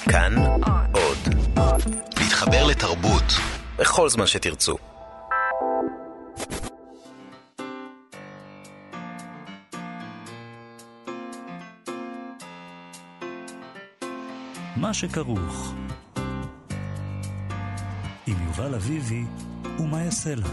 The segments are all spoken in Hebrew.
כאן עוד. להתחבר לתרבות בכל זמן שתרצו. מה שכרוך עם יובל אביבי ומה יעשה לה.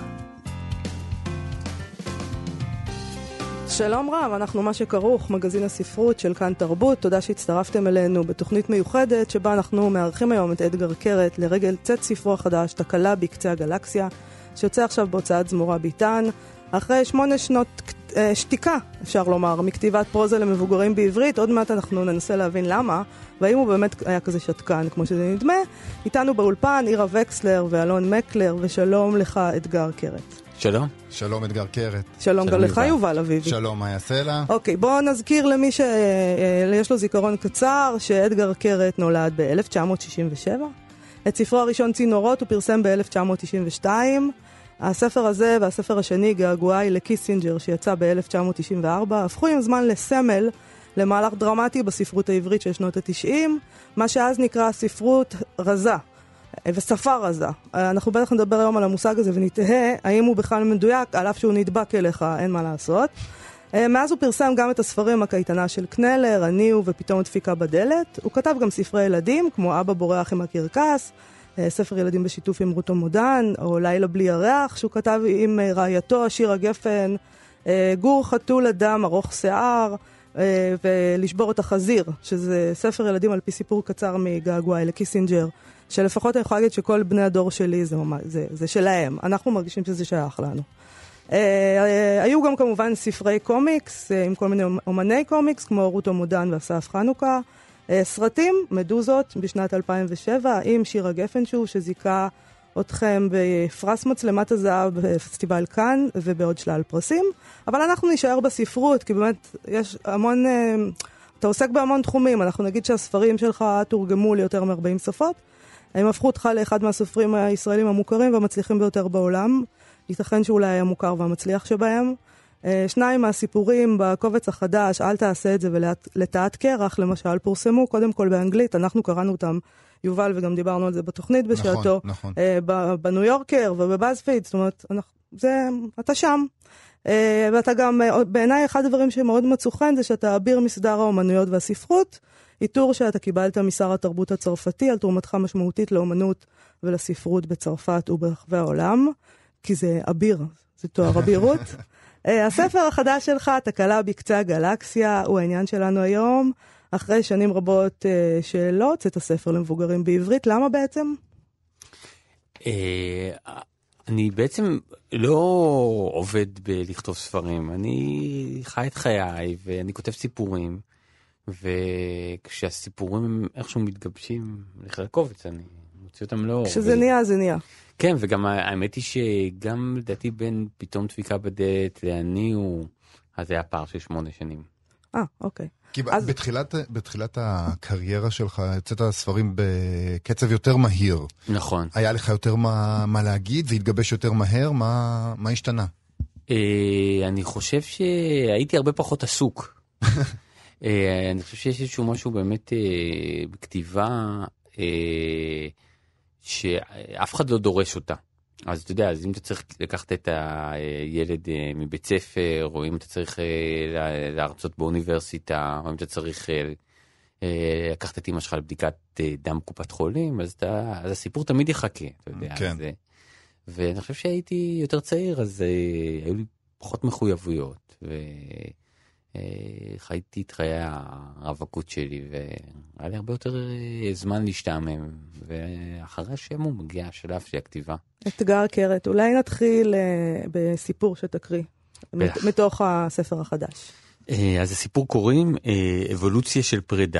שלום רב, אנחנו מה שכרוך, מגזין הספרות של כאן תרבות. תודה שהצטרפתם אלינו בתוכנית מיוחדת שבה אנחנו מארחים היום את אדגר קרת לרגל צאת ספרו החדש, תקלה בקצה הגלקסיה, שיוצא עכשיו בהוצאת זמורה ביטן, אחרי 8 שנות שתיקה, אפשר לומר, מכתיבת פרוזה למבוגרים בעברית. עוד מעט אנחנו ננסה להבין למה, והאם הוא באמת היה כזה שתקן, כמו שזה נדמה. איתנו באולפן אירה וקסלר ואלון מקלר, ושלום לך אדגר קרת. שלום. שלום אדגר קרת. שלום גם לך יובל אביבי. שלום, מה יעשה לה? אוקיי, בואו נזכיר למי שיש לו זיכרון קצר, שאדגר קרת נולד ב-1967. את ספרו הראשון צינורות הוא פרסם ב-1992. הספר הזה והספר השני, געגועי לקיסינג'ר, שיצא ב-1994, הפכו עם זמן לסמל למהלך דרמטי בספרות העברית של שנות ה-90, מה שאז נקרא ספרות רזה ושפה רזה. אנחנו בטח נדבר היום על המושג הזה ונתהה האם הוא בכלל מדויק, על אף שהוא נדבק אליך, אין מה לעשות. מאז הוא פרסם גם את הספרים הקייטנה של קנלר, אני הוא ופתאום דפיקה בדלת. הוא כתב גם ספרי ילדים, כמו אבא בורח עם הקרקס, ספר ילדים בשיתוף עם רוטו מודן, או לילה בלי ירח, שהוא כתב עם רעייתו, שירה גפן, גור חתול אדם, ארוך שיער, ולשבור את החזיר, שזה ספר ילדים על פי סיפור קצר מגעגועי לקיסינג'ר, שלפחות אני יכולה להגיד שכל בני הדור שלי זה שלהם. אנחנו מרגישים שזה שייך לנו. היו גם כמובן ספרי קומיקס, עם כל מיני אומני קומיקס, כמו רוטו מודן ואסף חנוכה, סרטים, מדוזות, בשנת 2007, עם שירה גפן שזיקה אתכם בפרס מצלמת הזהב בפסטיבל כאן, ובעוד שלל פרסים. אבל אנחנו נשאר בספרות, כי באמת יש המון, אתה עוסק בהמון תחומים. אנחנו נגיד שהספרים שלך תורגמו ליותר מ-40 שפות. הם הפכו אותך לאחד מהסופרים הישראלים המוכרים והמצליחים ביותר בעולם. ייתכן שאולי היה מוכר והמצליח שבהם. 2 מהסיפורים בקובץ החדש, אל תעשה את זה ולטעת קרח, למשל, פורסמו קודם כל באנגלית. אנחנו קראנו אותם, יובל, וגם דיברנו על זה בתוכנית בשעתו. נכון. בניו יורקר ובבאזפיד, זאת אומרת, אתה שם. ואתה גם, בעיניי אחד הדברים שמאוד מצאו חן, זה שאתה אביר מסדר האומנויות והספרות, איתור שאתה קיבלת משר התרבות הצרפתי, על תרומתך משמעותית לאומנות ולספרות בצרפת וברחבי העולם, כי זה אביר, זה תואר אבירות. הספר החדש שלך, תקלה בקצה הגלקסיה, הוא העניין שלנו היום, אחרי שנים רבות שלא הוצאת הספר למבוגרים בעברית. למה בעצם? אני בעצם לא עובד בלכתוב ספרים, אני חי את חיי ואני כותב סיפורים, וכשהסיפורים איכשהו מתגבשים לכלל קובץ, אני מוציא אותם לא... כשזה נהיה, זה נהיה. כן, וגם האמת היא שגם לדעתי בין פתאום דפיקה בדלת לעני הוא, אז היה פער של 8 שנים. אוקיי. כי בתחילת הקריירה שלך יצאת ספרים בקצב יותר מהיר. נכון. היה לך יותר מה להגיד, זה התגבש יותר מהר, מה השתנה? אני חושב שהייתי הרבה פחות עסוק. אני חושב שיש איזשהו משהו באמת בכתיבה שאף אחד לא דורש אותה. אז אתה יודע, אז אם אתה צריך לקחת את הילד מבית ספר, או אם אתה צריך להרצות באוניברסיטה, או אם אתה צריך לקחת את אמא שלך לבדיקת דם קופת חולים, אז הסיפור תמיד יחכה, אתה יודע. כן. ואני חושב שהייתי יותר צעיר, אז היו לי פחות מחויבויות, חייתי את חיי הרווקות שלי, והיה לי הרבה יותר זמן להשתעמם, ואחרי השם הוא מגיע השלב של הכתיבה. אדגר קרת, אולי נתחיל בסיפור שתקריא, מתוך הספר החדש. אז הסיפור קוראים אבולוציה של פרידה.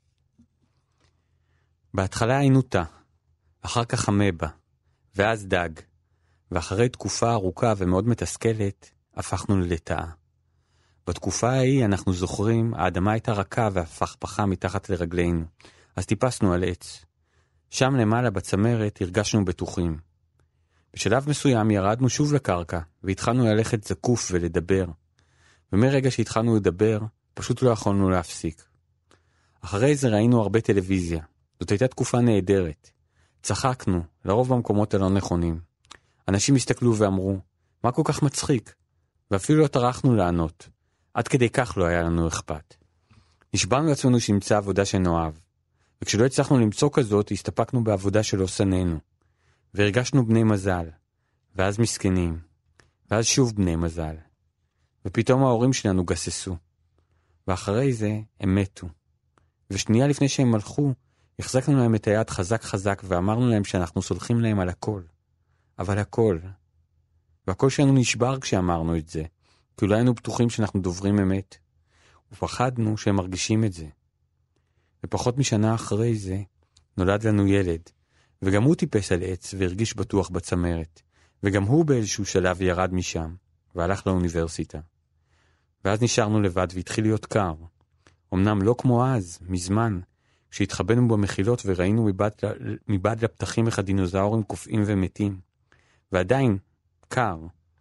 בהתחלה היינו תא, אחר כך אמבה, ואז דג, ואחרי תקופה ארוכה ומאוד מתסכלת, הפכנו לתאה. בתקופה ההיא אנחנו זוכרים, האדמה הייתה רכה והפכפכה מתחת לרגלינו, אז טיפסנו על עץ. שם למעלה בצמרת הרגשנו בטוחים. בשלב מסוים ירדנו שוב לקרקע, והתחלנו ללכת זקוף ולדבר. ומרגע שהתחלנו לדבר, פשוט לא יכולנו להפסיק. אחרי זה ראינו הרבה טלוויזיה, זאת הייתה תקופה נהדרת. צחקנו, לרוב במקומות הלא נכונים. אנשים הסתכלו ואמרו, מה כל כך מצחיק? ואפילו לא טרחנו לענות. עד כדי כך לא היה לנו אכפת. נשבענו לעצמנו שנמצא עבודה שנאהב. וכשלא הצלחנו למצוא כזאת, הסתפקנו בעבודה שלא שנאנו. והרגשנו בני מזל. ואז מסכנים. ואז שוב בני מזל. ופתאום ההורים שלנו גססו. ואחרי זה הם מתו. ושנייה לפני שהם הלכו, החזקנו להם את היד חזק חזק ואמרנו להם שאנחנו סולחים להם על הכל. אבל הכל. והכל שלנו נשבר כשאמרנו את זה. כי אולי היינו בטוחים שאנחנו דוברים אמת. ופחדנו שהם מרגישים את זה. ופחות משנה אחרי זה, נולד לנו ילד. וגם הוא טיפס על עץ והרגיש בטוח בצמרת. וגם הוא באיזשהו שלב ירד משם, והלך לאוניברסיטה. ואז נשארנו לבד והתחיל להיות קר. אמנם לא כמו אז, מזמן, כשהתחבאנו במחילות וראינו מבעד לפתחים איך הדינוזאורים קופאים ומתים. ועדיין, קר.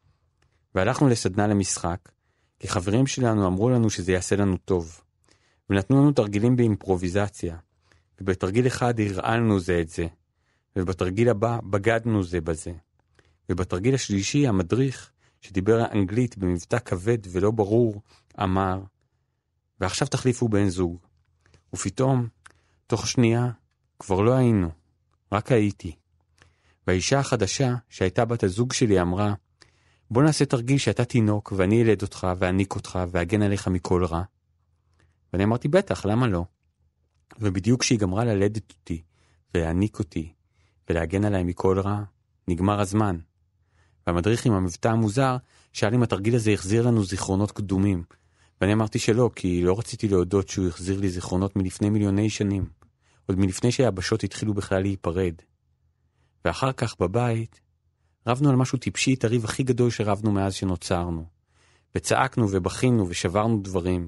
והלכנו לסדנה למשחק, כי חברים שלנו אמרו לנו שזה יעשה לנו טוב. ונתנו לנו תרגילים באימפרוביזציה. ובתרגיל אחד הרעלנו זה את זה. ובתרגיל הבא בגדנו זה בזה. ובתרגיל השלישי המדריך, שדיבר אנגלית במבטא כבד ולא ברור, אמר, ועכשיו תחליפו בן זוג. ופתאום, תוך שנייה, כבר לא היינו, רק הייתי. והאישה החדשה, שהייתה בת הזוג שלי, אמרה, בוא נעשה תרגיל שאתה תינוק, ואני ילד אותך, ואעניק אותך, ואגן עליך מכל רע. ואני אמרתי, בטח, למה לא? ובדיוק כשהיא גמרה ללדת אותי, ולהעניק אותי, ולהגן עליי מכל רע, נגמר הזמן. והמדריך עם המבטא המוזר, שאל אם התרגיל הזה החזיר לנו זיכרונות קדומים. ואני אמרתי שלא, כי לא רציתי להודות שהוא החזיר לי זיכרונות מלפני מיליוני שנים. עוד מלפני שהיבשות התחילו בכלל להיפרד. ואחר כך בבית, רבנו על משהו טיפשי, את הריב הכי גדול שרבנו מאז שנוצרנו. וצעקנו ובכינו ושברנו דברים.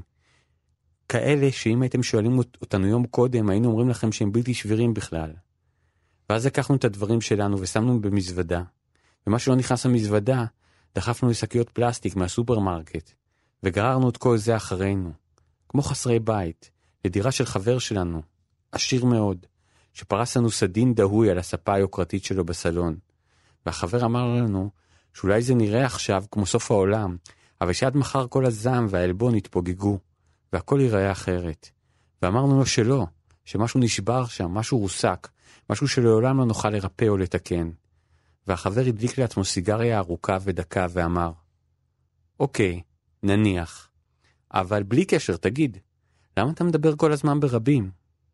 כאלה שאם הייתם שואלים אותנו יום קודם, היינו אומרים לכם שהם בלתי שבירים בכלל. ואז לקחנו את הדברים שלנו ושמנו במזוודה. ומה שלא נכנס למזוודה, דחפנו לשקיות פלסטיק מהסופרמרקט. וגררנו את כל זה אחרינו. כמו חסרי בית, לדירה של חבר שלנו, עשיר מאוד, שפרס לנו סדין דהוי על הספה היוקרתית שלו בסלון. והחבר אמר לנו שאולי זה נראה עכשיו כמו סוף העולם, אבל שעד מחר כל הזעם והעלבון יתפוגגו, והכל ייראה אחרת. ואמרנו לו שלא, שמשהו נשבר שם, משהו רוסק, משהו שלעולם לא נוכל לרפא או לתקן. והחבר הדליק לעצמו סיגריה ארוכה ודקה ואמר, אוקיי, נניח, אבל בלי קשר, תגיד, למה אתה מדבר כל הזמן ברבים?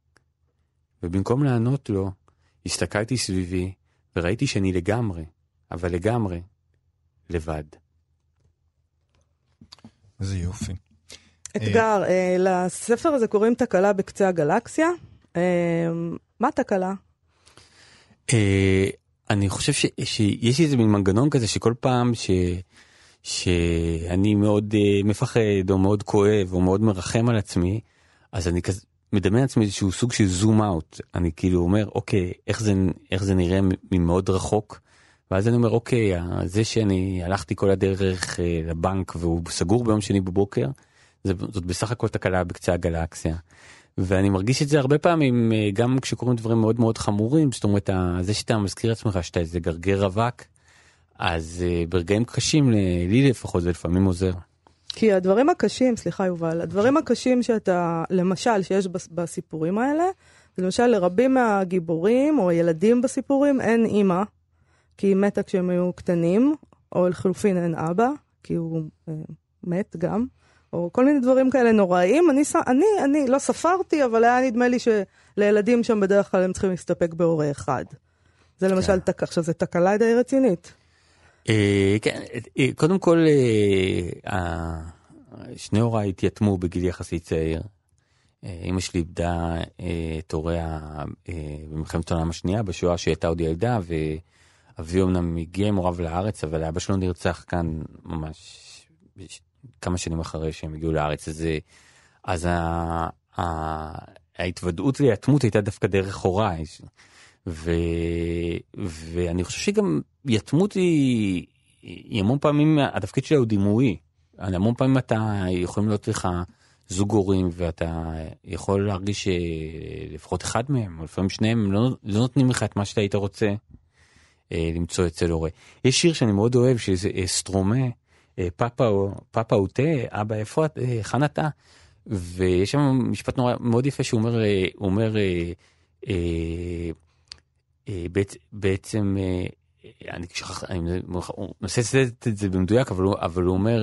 ובמקום לענות לו, הסתכלתי סביבי וראיתי שאני לגמרי, אבל לגמרי, לבד. איזה יופי. אתגר, לספר הזה קוראים תקלה בקצה הגלקסיה. מה תקלה? אני חושב שיש איזה מין מנגנון כזה שכל פעם שאני מאוד מפחד או מאוד כואב או מאוד מרחם על עצמי, אז אני כזה מדמיין עצמי איזשהו סוג של זום אאוט. אני כאילו אומר, אוקיי, איך זה נראה ממאוד רחוק? ואז אני אומר, אוקיי, זה שאני הלכתי כל הדרך לבנק והוא סגור ביום שני בבוקר, זאת בסך הכל תקלה בקצה הגלקסיה. ואני מרגיש את זה הרבה פעמים, גם כשקוראים דברים מאוד מאוד חמורים, זאת אומרת, זה שאתה מזכיר עצמך שאתה איזה גרגר רווק, אז ברגעים קשים, לי לפחות זה לפעמים עוזר. כי הדברים הקשים, סליחה יובל, הדברים הקשים שאתה, למשל, שיש בסיפורים האלה, למשל לרבים מהגיבורים או הילדים בסיפורים אין אימא, כי היא מתה כשהם היו קטנים, או לחלופין אין אבא, כי הוא מת גם, או כל מיני דברים כאלה נוראים. אני לא ספרתי, אבל היה נדמה לי שלילדים שם בדרך כלל הם צריכים להסתפק בהורה אחד. זה למשל, עכשיו זה תקלה די רצינית. כן, קודם כל, שני הוריי התייתמו בגיל יחסית צעיר. אמא שלי איבדה את הוריה במלחמת העולם השנייה, בשואה שהייתה עוד ילדה, ואבי אומנם הגיע עם הוריו לארץ, אבל אבא שלו נרצח כאן ממש כמה שנים אחרי שהם הגיעו לארץ. אז ההתוודעות ליתמות הייתה דווקא דרך הוריי. ואני חושב שגם יתמות היא המון פעמים, התפקיד שלה הוא דימוי. המון פעמים אתה יכולים להיות לך זוג הורים, ואתה יכול להרגיש לפחות אחד מהם, או לפעמים שניהם, לא נותנים לך את מה שאתה היית רוצה למצוא אצל הורה. יש שיר שאני מאוד אוהב, שזה סטרומה, פאפה אוטה, אבא איפה את, חן אתה? ויש שם משפט מאוד יפה שהוא אומר, בעצם, אני מנסה לסדת את זה במדויק, אבל הוא אומר,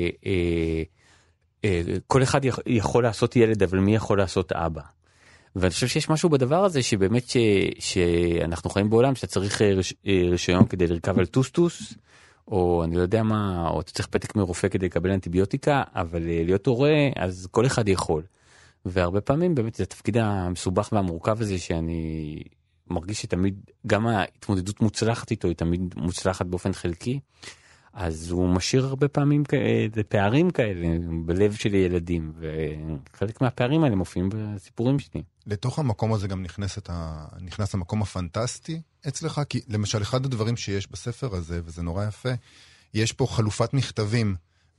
כל אחד יכול לעשות ילד, אבל מי יכול לעשות אבא? ואני חושב שיש משהו בדבר הזה, שבאמת שאנחנו חיים בעולם, שאתה צריך רישיון כדי לרכב על טוסטוס, או אני לא יודע מה, או אתה צריך פתק מרופא כדי לקבל אנטיביוטיקה, אבל להיות הורה, אז כל אחד יכול. והרבה פעמים באמת זה התפקיד המסובך והמורכב הזה, שאני מרגיש שתמיד, גם ההתמודדות מוצלחת איתו, היא תמיד מוצלחת באופן חלקי, אז הוא משאיר הרבה פעמים פערים כאלה בלב של ילדים, וחלק מהפערים האלה מופיעים בסיפורים שלי. לתוך המקום הזה גם נכנס המקום הפנטסטי אצלך, כי למשל אחד הדברים שיש בספר הזה, וזה נורא יפה, יש פה חלופת מכתבים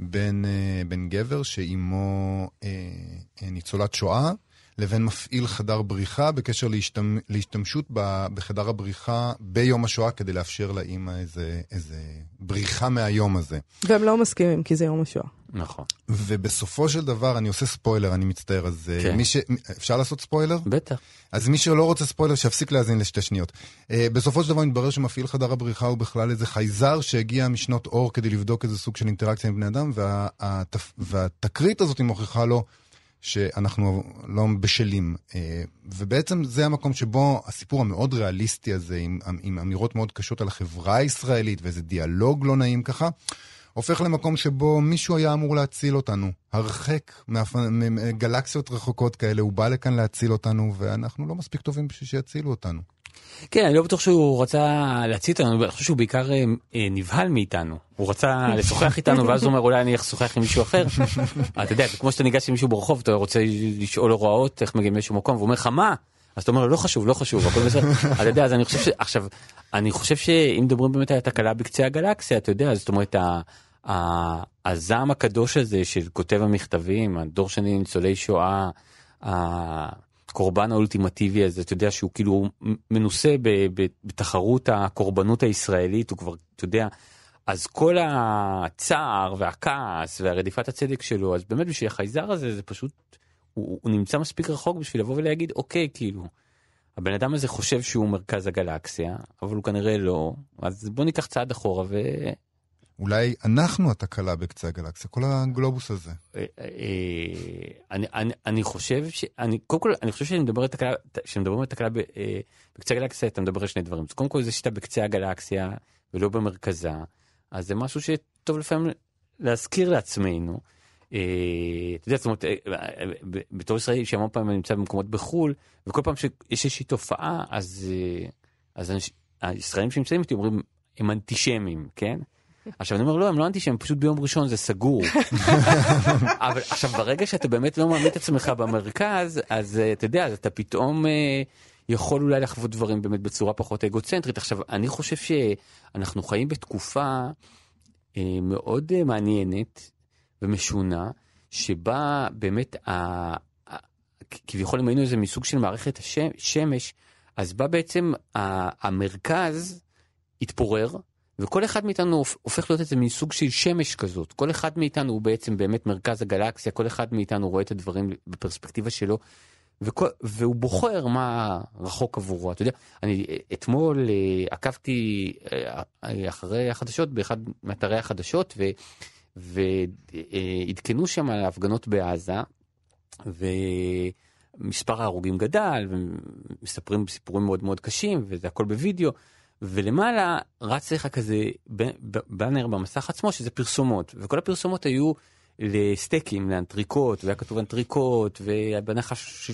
בין גבר שאימו ניצולת שואה, לבין מפעיל חדר בריחה בקשר להשתמשות בחדר הבריחה ביום השואה, כדי לאפשר לאמא איזה בריחה מהיום הזה. והם לא מסכימים, כי זה יום השואה. נכון. ובסופו של דבר, אני עושה ספוילר, אני מצטער, אז כן. אפשר לעשות ספוילר? בטח. אז מי שלא רוצה ספוילר, שיפסיק להאזין לשתי שניות. בסופו של דבר, מתברר שמפעיל חדר הבריחה הוא בכלל איזה חייזר שהגיע משנות אור כדי לבדוק איזה סוג של אינטראקציה עם בני אדם, והתקרית הזאת מוכיחה לו שאנחנו לא בשלים. ובעצם זה המקום שבו הסיפור המאוד ריאליסטי הזה, עם אמירות מאוד קשות על החברה הישראלית, ואיזה דיאלוג לא נעים ככה, הופך למקום שבו מישהו היה אמור להציל אותנו. הרחק מגלקסיות רחוקות כאלה, הוא בא לכאן להציל אותנו, ואנחנו לא מספיק טובים בשביל שיצילו אותנו. כן, אני לא בטוח שהוא רצה להציל אותנו, אני חושב שהוא בעיקר נבהל מאיתנו. הוא רצה לשוחח איתנו, ואז הוא אומר, אולי אני אשוחח עם מישהו אחר. אתה יודע, כמו שאתה ניגש עם מישהו ברחוב, אתה רוצה לשאול הוראות, איך מגיעים לאיזשהו מקום, והוא אומר לך, מה? אז אתה אומר לו, לא חשוב, הכל בסדר. אתה יודע, אז אני חושב שאם מדברים באמת על התקלה בקצה הגלקסיה, אתה יודע, זאת אומרת, הזעם הקדוש הזה של כותב המכתבים, הדור שני ניצולי שואה, הקורבן האולטימטיבי הזה, אתה יודע שהוא כאילו מנוסה בתחרות הקורבנות הישראלית, הוא כבר, אתה יודע, אז כל הצער והכעס והרדיפת הצדק שלו, אז באמת בשביל החייזר הזה, זה פשוט, הוא נמצא מספיק רחוק בשביל לבוא ולהגיד, אוקיי, כאילו, הבן אדם הזה חושב שהוא מרכז הגלקסיה, אבל הוא כנראה לא, אז בוא ניקח צעד אחורה אולי אנחנו התקלה בקצה הגלקסיה, כל הגלובוס הזה. אני חושב קודם כל, אני חושב כשמדברים על תקלה בקצה הגלקסיה, אתה מדבר על שני דברים. קודם כל, זה שאתה בקצה הגלקסיה ולא במרכזה, אז זה משהו שטוב לפעמים להזכיר לעצמנו. אתה יודע, זאת אומרת, בתור ישראל שהמון פעמים אני נמצא במקומות בחול, וכל פעם שיש איזושהי תופעה, אז הישראלים שנמצאים איתי אומרים, הם אנטישמים, כן? עכשיו אני אומר, לא, הם לא אנטישמים, פשוט ביום ראשון זה סגור. אבל עכשיו, ברגע שאתה באמת לא מעמיד את עצמך במרכז, אז אתה יודע, אז אתה פתאום יכול אולי לחוות דברים באמת בצורה פחות אגוצנטרית. עכשיו, אני חושב שאנחנו חיים בתקופה מאוד מעניינת ומשונה, שבה באמת, כביכול אם היינו איזה מסוג של מערכת השמש, אז בה בעצם המרכז התפורר, וכל אחד מאיתנו הופך להיות איזה מין סוג של שמש כזאת. כל אחד מאיתנו הוא בעצם באמת מרכז הגלקסיה, כל אחד מאיתנו רואה את הדברים בפרספקטיבה שלו, והוא בוחר מה רחוק עבורו. אתה יודע, אני אתמול עקבתי אחרי החדשות, באחד מאתרי החדשות, והתקנו שם על ההפגנות בעזה, ומספר ההרוגים גדל, ומספרים סיפורים מאוד מאוד קשים, וזה הכל בווידאו, ולמעלה רץ לך כזה בנר במסך עצמו, שזה פרסומות, וכל הפרסומות היו לסטייקים, לאנטריקות, והיה כתוב אנטריקות, ובהנחה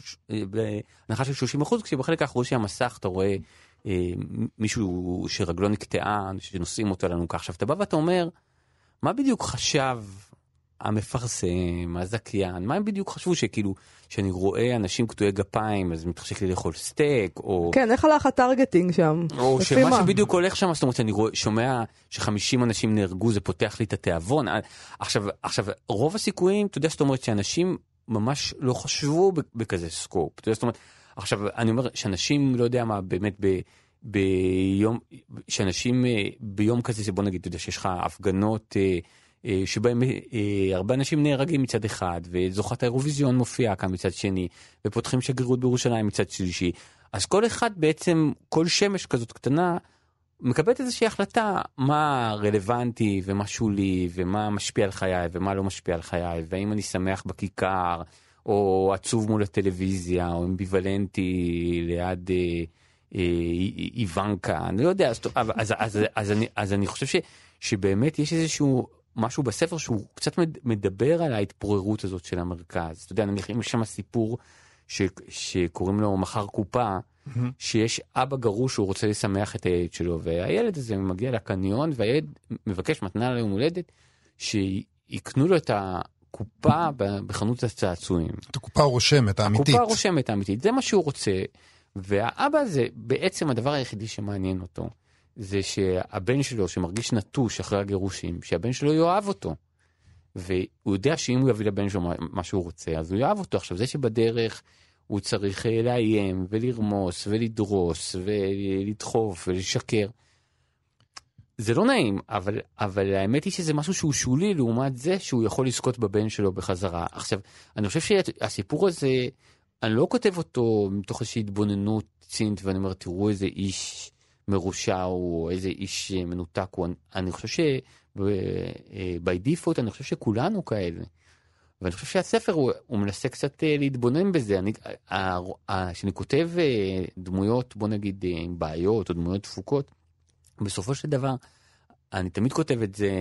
של 30%, כשבחלק האחרון של המסך אתה רואה מישהו שרגלו נקטעה, שנושאים אותו לנו כך. עכשיו, אתה בא ואתה אומר, מה בדיוק חשב המפרסם, הזכיין, מה הם בדיוק חשבו שכאילו, שאני רואה אנשים קטועי גפיים, אז מתחשק לי לאכול סטייק, או... כן, איך הלך הטרגטינג שם? או שמה שבדיוק הולך שם, זאת אומרת, אני שומע ש50 אנשים נהרגו, זה פותח לי את התיאבון. עכשיו, רוב הסיכויים, אתה יודע, זאת אומרת, שאנשים ממש לא חשבו בכזה סקופ. זאת אומרת, עכשיו, אני אומר שאנשים, לא יודע מה, באמת ביום, שאנשים ביום כזה, שבוא נגיד, אתה יודע, שיש לך הפגנות, שבהם הרבה אנשים נהרגים מצד אחד, וזוכת האירוויזיון מופיעה כאן מצד שני, ופותחים שגרירות בירושלים מצד שלישי. אז כל אחד בעצם, כל שמש כזאת קטנה, מקבלת איזושהי החלטה מה רלוונטי ומה שולי, ומה משפיע על חיי ומה לא משפיע על חיי, והאם אני שמח בכיכר, או עצוב מול הטלוויזיה, או אמביוולנטי ליד איוונקה, אני לא יודע, אז אני חושב שבאמת יש איזשהו משהו בספר שהוא קצת מדבר על ההתפוררות הזאת של המרכז. אתה יודע, אם יש שם סיפור שקוראים לו מחר קופה, שיש אבא גרוש שהוא רוצה לשמח את הילד שלו, והילד הזה מגיע לקניון, והילד מבקש מתנה ליום הולדת, שיקנו לו את הקופה בחנות הצעצועים. את הקופה הרושמת, האמיתית. הקופה הרושמת, האמיתית. זה מה שהוא רוצה, והאבא הזה, בעצם הדבר היחידי שמעניין אותו, זה שהבן שלו, שמרגיש נטוש אחרי הגירושים, שהבן שלו יאהב אותו. והוא יודע שאם הוא יביא לבן שלו מה שהוא רוצה, אז הוא יאהב אותו. עכשיו, זה שבדרך הוא צריך לאיים ולרמוס ולדרוס ולדחוף ולשקר. זה לא נעים, אבל האמת היא שזה משהו שהוא שולי לעומת זה שהוא יכול לזכות בבן שלו בחזרה. עכשיו, אני חושב שהסיפור הזה, אני לא כותב אותו מתוך איזושהי התבוננות צינית, ואני אומר, תראו איזה איש מרושע או איזה איש מנותק. אני חושב by default, אני חושב שכולנו כאלה. ואני חושב שהספר הוא מנסה קצת להתבונן בזה. כשאני כותב דמויות, בוא נגיד, עם בעיות או דמויות דפוקות, בסופו של דבר, אני תמיד כותב את זה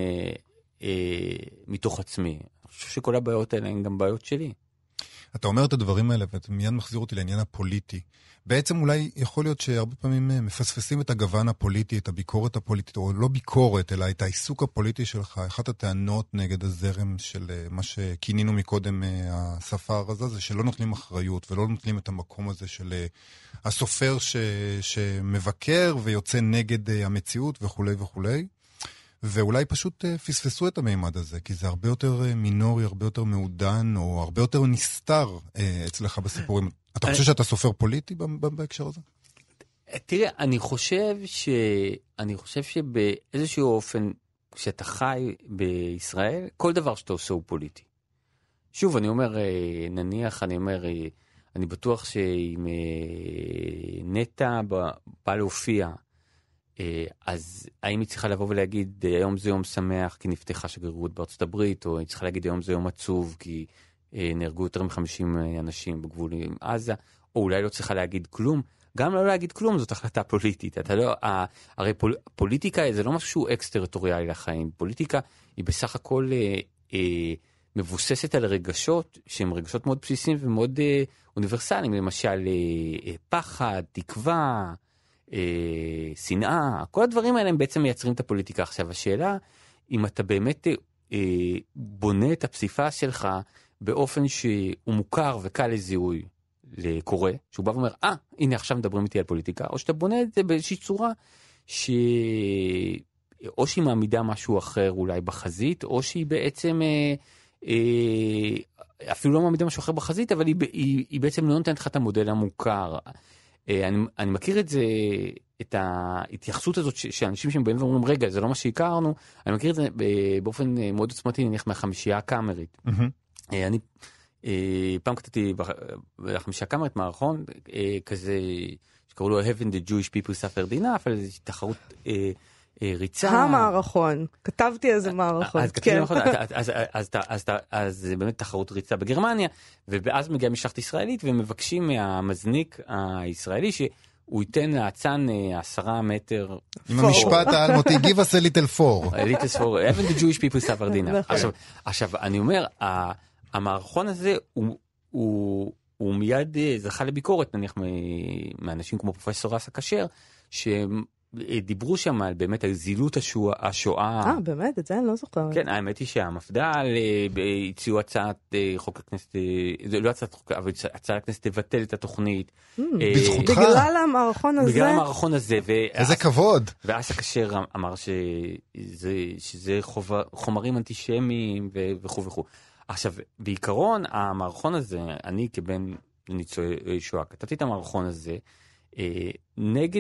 מתוך עצמי. אני חושב שכל הבעיות האלה הן גם בעיות שלי. אתה אומר את הדברים האלה, ואתה מיד מחזיר אותי לעניין הפוליטי. בעצם אולי יכול להיות שהרבה פעמים מפספסים את הגוון הפוליטי, את הביקורת הפוליטית, או לא ביקורת, אלא את העיסוק הפוליטי שלך. אחת הטענות נגד הזרם של מה שכינינו מקודם השפה הרזה, זה שלא נוטלים אחריות, ולא נוטלים את המקום הזה של הסופר שמבקר ויוצא נגד המציאות וכו' וכו'. ואולי פשוט פספסו את המימד הזה, כי זה הרבה יותר מינורי, הרבה יותר מעודן, או הרבה יותר נסתר אצלך בסיפורים. אתה חושב שאתה סופר פוליטי בהקשר הזה? תראה, אני חושב שבאיזשהו אופן, כשאתה חי בישראל, כל דבר שאתה עושה הוא פוליטי. שוב, אני אומר, נניח, אני בטוח שאם נטע בא להופיע, אז האם היא צריכה לבוא ולהגיד היום זה יום שמח כי נפתחה שגרירות בארצות הברית, או היא צריכה להגיד היום זה יום עצוב כי נהרגו יותר מ-50 אנשים בגבול עם עזה, או אולי לא צריכה להגיד כלום. גם לא להגיד כלום זאת החלטה פוליטית. אתה לא, הרי פוליטיקה זה לא משהו שהוא אקס-טריטוריאלי לחיים. פוליטיקה היא בסך הכל מבוססת על רגשות שהם רגשות מאוד בסיסיים ומאוד אוניברסליים, למשל פחד, תקווה, שנאה, כל הדברים האלה הם בעצם מייצרים את הפוליטיקה. עכשיו, השאלה, אם אתה באמת בונה את הפסיפה שלך באופן שהוא מוכר וקל לזיהוי לקורא, שהוא בא ואומר, הנה עכשיו מדברים איתי על פוליטיקה, או שאתה בונה את זה באיזושהי צורה או שהיא מעמידה משהו אחר אולי בחזית, או שהיא בעצם אפילו לא מעמידה משהו אחר בחזית, אבל היא בעצם לא נותנת לך את המודל המוכר. אני מכיר את זה, את ההתייחסות הזאת שאנשים שבאים ואומרים, רגע, זה לא מה שהכרנו, אני מכיר את זה באופן מאוד עוצמתי, נניח מהחמישייה הקאמרית. אני פעם כתבתי בחמישייה הקאמרית מערכון כזה, שקראו לו Heaven the Jewish People Suffered Enough, על איזושהי תחרות ריצה. המערכון, כתבתי איזה מערכון. אז זה באמת תחרות ריצה בגרמניה, ואז מגיעה משלחת ישראלית, ומבקשים מהמזניק הישראלי שהוא ייתן לאצן 10 מטר. עם המשפט האלמותי, give us a little four. A little four, Heaven the Jewish People Suffered Enough. עכשיו, אני אומר, המערכון הזה הוא מיד זכה לביקורת, נניח מאנשים כמו פרופסור אסא כשר, דיברו שם על באמת על זילות השואה. באמת? את זה אני לא זוכרת. כן, האמת היא שהמפד"ל הציעו הצעת חוק הכנסת, זה לא הצעת חוק, אבל הצעת הכנסת תבטל את התוכנית. בזכותך. בגלל המערכון הזה. בגלל המערכון הזה. איזה כבוד. ואסא כשר אמר שזה חומרים אנטישמיים וכו' וכו'. עכשיו, בעיקרון, המערכון הזה, אני כבן ניצולי שואה, כתבתי את המערכון הזה, נגד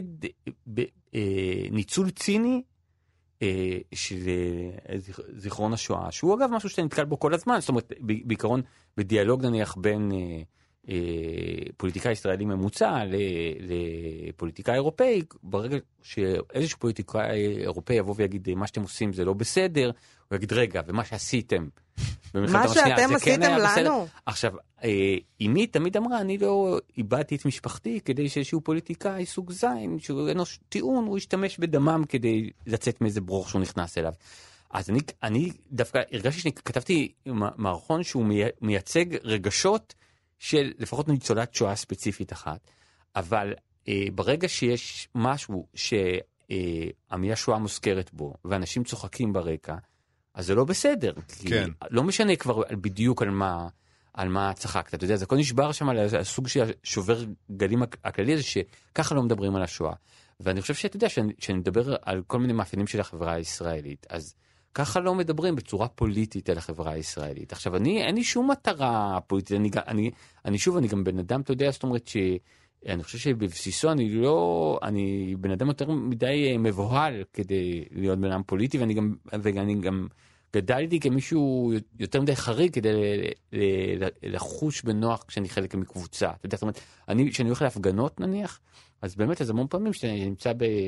ניצול ציני של זיכרון השואה, שהוא אגב משהו שאתה נתקל בו כל הזמן, זאת אומרת, בעיקרון, בדיאלוג נניח בין פוליטיקאי ישראלי ממוצע לפוליטיקאי אירופאי, ברגע שאיזשהו פוליטיקאי אירופאי יבוא ויגיד מה שאתם עושים זה לא בסדר, הוא יגיד רגע, ומה שעשיתם מה שאתם עשיתם לנו. עכשיו, אמי תמיד אמרה, אני לא איבדתי את משפחתי כדי שאיזשהו פוליטיקאי סוג זין, שהוא אין לו טיעון, הוא ישתמש בדמם כדי לצאת מאיזה ברוך שהוא נכנס אליו. אז אני דווקא הרגשתי שכתבתי מערכון שהוא מייצג רגשות של לפחות ניצולת שואה ספציפית אחת, אבל ברגע שיש משהו שהמילה שואה מוזכרת בו, ואנשים צוחקים ברקע, אז זה לא בסדר. כן. לא משנה כבר בדיוק על מה צחקת. אתה יודע, זה הכל נשבר שם על הסוג של שובר גלים הכללי הזה, שככה לא מדברים על השואה. ואני חושב שאתה יודע, שאני מדבר על כל מיני מאפיינים של החברה הישראלית, אז ככה לא מדברים בצורה פוליטית על החברה הישראלית. עכשיו, אין לי שום מטרה פוליטית, אני גם בן אדם, אתה יודע, זאת אומרת אני חושב שבבסיסו אני בן אדם יותר מדי מבוהל כדי להיות בן אדם פוליטי, ואני גם גדלתי כמישהו יותר מדי חריג כדי לחוש בנוח כשאני חלק מקבוצה. אתה יודע, זאת אומרת, כשאני הולך להפגנות נניח, אז באמת, אז המון פעמים שאני נמצא